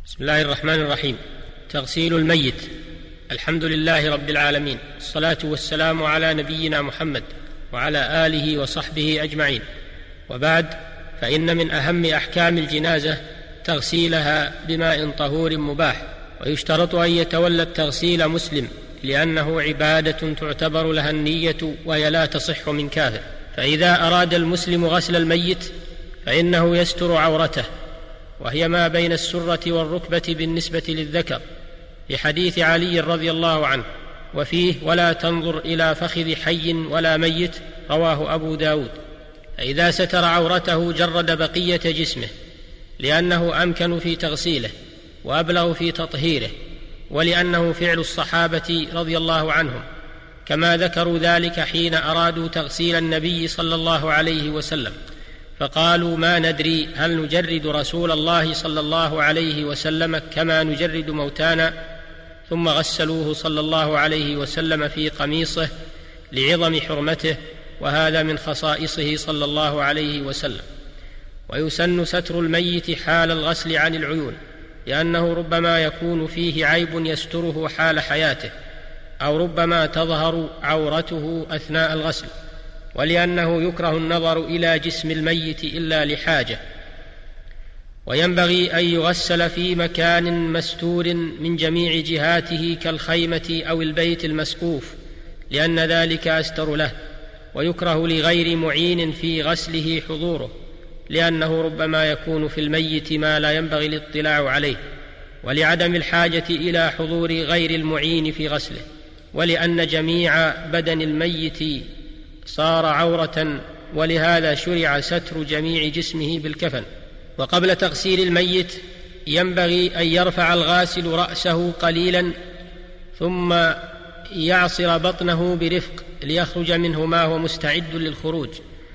بسم الله الرحمن الرحيم. تغسيل الميت. الحمد لله رب العالمين، الصلاة والسلام على نبينا محمد وعلى آله وصحبه أجمعين، وبعد، فإن من أهم أحكام الجنازة تغسيلها بماء طهور مباح، ويشترط أن يتولى التغسيل مسلم، لأنه عبادة تعتبر لها النية وهي لا تصح من كافر. فإذا أراد المسلم غسل الميت فإنه يستر عورته، وهي ما بين السرة والركبة بالنسبة للذكر، في حديث علي رضي الله عنه، وفيه: ولا تنظر إلى فخذ حي ولا ميت، رواه أبو داود. فإذا ستر عورته جرد بقية جسمه، لأنه أمكن في تغسيله وأبلغ في تطهيره، ولأنه فعل الصحابة رضي الله عنهم، كما ذكروا ذلك حين أرادوا تغسيل النبي صلى الله عليه وسلم، فقالوا: ما ندري هل نجرد رسول الله صلى الله عليه وسلم كما نجرد موتانا؟ ثم غسلوه صلى الله عليه وسلم في قميصه لعظم حرمته، وهذا من خصائصه صلى الله عليه وسلم. ويسن ستر الميت حال الغسل عن العيون، لأنه ربما يكون فيه عيب يستره حال حياته، أو ربما تظهر عورته أثناء الغسل، ولأنه يكره النظر إلى جسم الميت إلا لحاجة. وينبغي أن يغسل في مكان مستور من جميع جهاته كالخيمة أو البيت المسقوف، لأن ذلك أستر له. ويكره لغير معين في غسله حضوره، لأنه ربما يكون في الميت ما لا ينبغي الاطلاع عليه، ولعدم الحاجة إلى حضور غير المعين في غسله، ولأن جميع بدن الميت صار عورة، ولهذا شرع ستر جميع جسمه بالكفن. وقبل تغسيل الميت ينبغي أن يرفع الغاسل رأسه قليلا، ثم يعصر بطنه برفق ليخرج منه ما هو مستعد للخروج،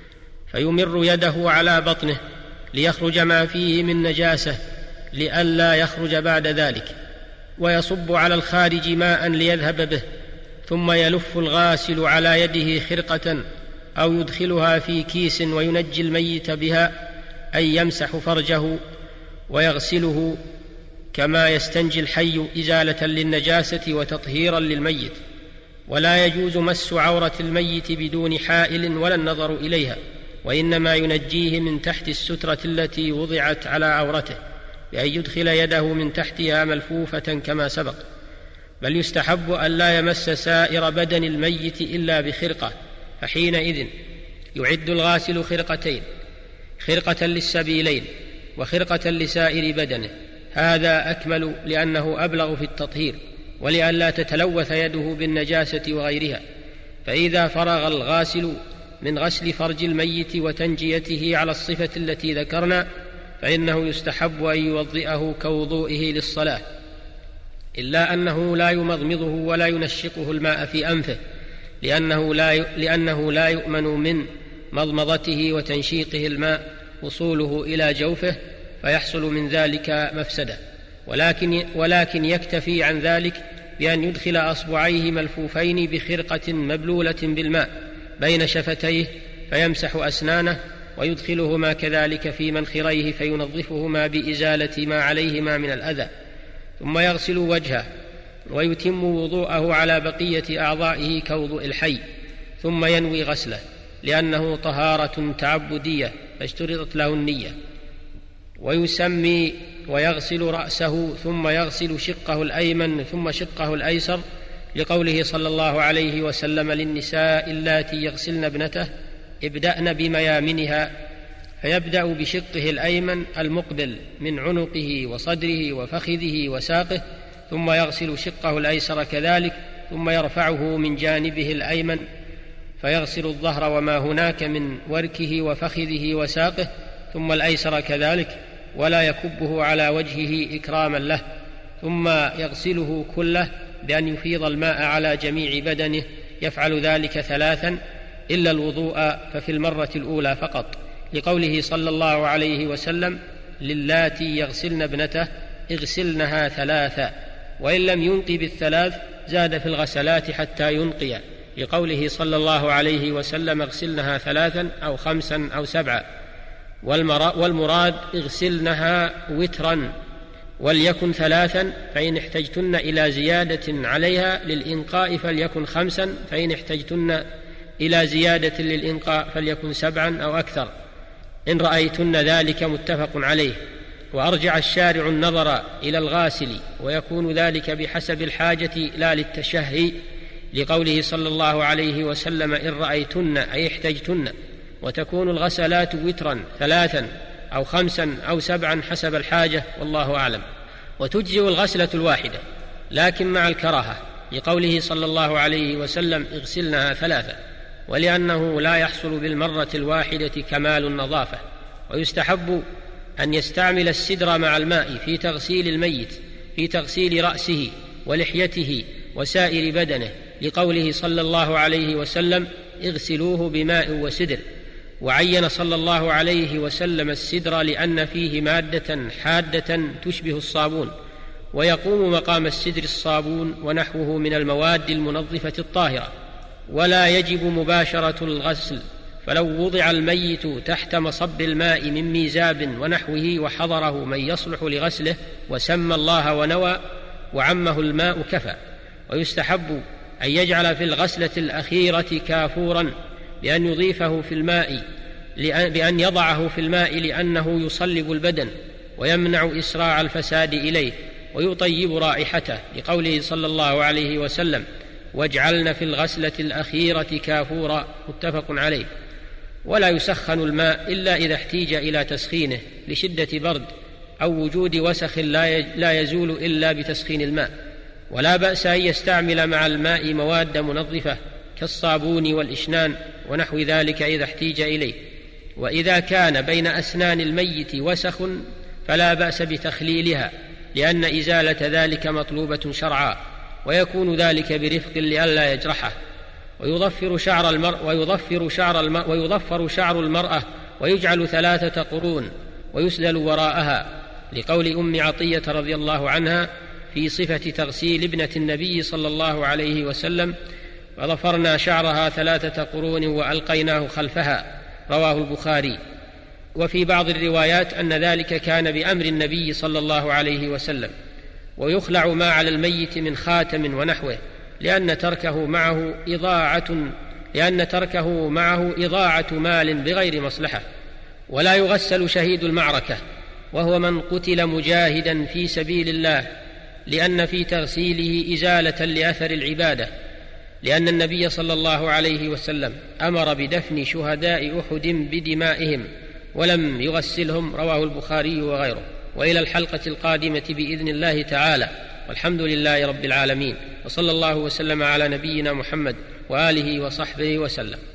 فيمر يده على بطنه ليخرج ما فيه من نجاسة لئلا يخرج بعد ذلك، ويصب على الخارج ماء ليذهب به، ثم يلف الغاسل على يده خرقة أو يدخلها في كيس وينجي الميت بها، أي يمسح فرجه ويغسله كما يستنجي الحي إزالة للنجاسة وتطهيرا للميت. ولا يجوز مس عورة الميت بدون حائل ولا النظر إليها، وإنما ينجيه من تحت السترة التي وضعت على عورته، بأن يدخل يده من تحتها ملفوفة كما سبق. بل يستحب أن لا يمس سائر بدن الميت إلا بخرقة، فحينئذ يعد الغاسل خرقتين: خرقة للسبيلين وخرقة لسائر بدنه. هذا أكمل، لأنه أبلغ في التطهير، ولئلا تتلوث يده بالنجاسة وغيرها. فإذا فرغ الغاسل من غسل فرج الميت وتنجيته على الصفة التي ذكرنا، فإنه يستحب أن يوضئه كوضوئه للصلاة، إلا أنه لا يمضمضه ولا ينشقه الماء في أنفه، لأنه لا يؤمن من مضمضته وتنشيقه الماء وصوله إلى جوفه، فيحصل من ذلك مفسدة. ولكن يكتفي عن ذلك بأن يدخل أصبعيه ملفوفين بخرقة مبلولة بالماء بين شفتيه، فيمسح أسنانه ويدخلهما كذلك في منخريه، فينظفهما بإزالة ما عليهما من الأذى، ثم يغسل وجهه ويتم وضوءه على بقية أعضائه كوضوء الحي، ثم ينوي غسله، لأنه طهارة تعبدية فاشترطت له النية. ويسمي ويغسل رأسه، ثم يغسل شقه الأيمن ثم شقه الأيسر، لقوله صلى الله عليه وسلم للنساء اللاتي يغسلن ابنته: ابدأن بميامنها، فيبدأ بشقه الأيمن المقبل من عنقه وصدره وفخذه وساقه، ثم يغسل شقه الأيسر كذلك، ثم يرفعه من جانبه الأيمن فيغسل الظهر وما هناك من وركه وفخذه وساقه، ثم الأيسر كذلك، ولا يكبه على وجهه إكراما له، ثم يغسله كله بأن يفيض الماء على جميع بدنه. يفعل ذلك 3، إلا الوضوء ففي المرة الأولى فقط، لقوله صلى الله عليه وسلم: للاتي يغسلن ابنته اغسلنها 3، وإن لم ينقي بالثلاث زاد في الغسلات حتى ينقي، لقوله صلى الله عليه وسلم: اغسلنها 3 أو 5 أو 7. والمراد اغسلنها وترا، وليكن 3، فإن احتجتن إلى زيادة عليها للإنقاء فليكن 5، فإن احتجتن إلى زيادة للإنقاء فليكن 7 أو أكثر إن رأيتن ذلك. متفق عليه. وأرجع الشارع النظر إلى الغاسل، ويكون ذلك بحسب الحاجة لا للتشهي، لقوله صلى الله عليه وسلم: إن رأيتن أي احتجتن. وتكون الغسلات وترا 3 أو 5 أو 7 حسب الحاجة، والله أعلم. وتجزئ الغسلة الواحدة لكن مع الكراهة، لقوله صلى الله عليه وسلم: اغسلنها 3، ولأنه لا يحصل بالمرة الواحدة كمال النظافة. ويستحب أن يستعمل السدر مع الماء في تغسيل الميت، في تغسيل رأسه ولحيته وسائر بدنه، لقوله صلى الله عليه وسلم: اغسلوه بماء وسدر. وعين صلى الله عليه وسلم السدر لأن فيه مادة حادة تشبه الصابون، ويقوم مقام السدر الصابون ونحوه من المواد المنظفة الطاهرة. ولا يجب مباشرة الغسل، فلو وضع الميت تحت مصب الماء من ميزاب ونحوه وحضره من يصلح لغسله وسمى الله ونوى وعمه الماء كفى. ويستحب أن يجعل في الغسلة الأخيرة كافورا بأن يضيفه في الماء، بأن يضعه في الماء، لأنه يصلب البدن ويمنع إسراع الفساد إليه ويطيب رائحته، لقوله صلى الله عليه وسلم: واجعلن في الغسلة الأخيرة كافورا. متفق عليه. ولا يسخن الماء إلا إذا احتيج إلى تسخينه لشدة برد أو وجود وسخ لا يزول إلا بتسخين الماء. ولا بأس أن يستعمل مع الماء مواد منظفة كالصابون والإشنان ونحو ذلك إذا احتيج إليه. وإذا كان بين أسنان الميت وسخ فلا بأس بتخليلها، لأن إزالة ذلك مطلوبة شرعا، ويكون ذلك برفق لئلا يجرحه. ويضفر شعر المرأة ويجعل 3 قرون ويسدل وراءها، لقول أم عطية رضي الله عنها في صفة تغسيل ابنة النبي صلى الله عليه وسلم: وضفرنا شعرها 3 قرون وألقيناه خلفها. رواه البخاري. وفي بعض الروايات أن ذلك كان بأمر النبي صلى الله عليه وسلم. ويخلع ما على الميت من خاتم ونحوه، لأن تركه معه إضاعة مال بغير مصلحة. ولا يغسل شهيد المعركة، وهو من قتل مجاهدا في سبيل الله، لأن في تغسيله إزالة لأثر العبادة، لأن النبي صلى الله عليه وسلم أمر بدفن شهداء أحد بدمائهم ولم يغسلهم. رواه البخاري وغيره. وإلى الحلقة القادمة بإذن الله تعالى، والحمد لله رب العالمين، وصلى الله وسلم على نبينا محمد وآله وصحبه وسلم.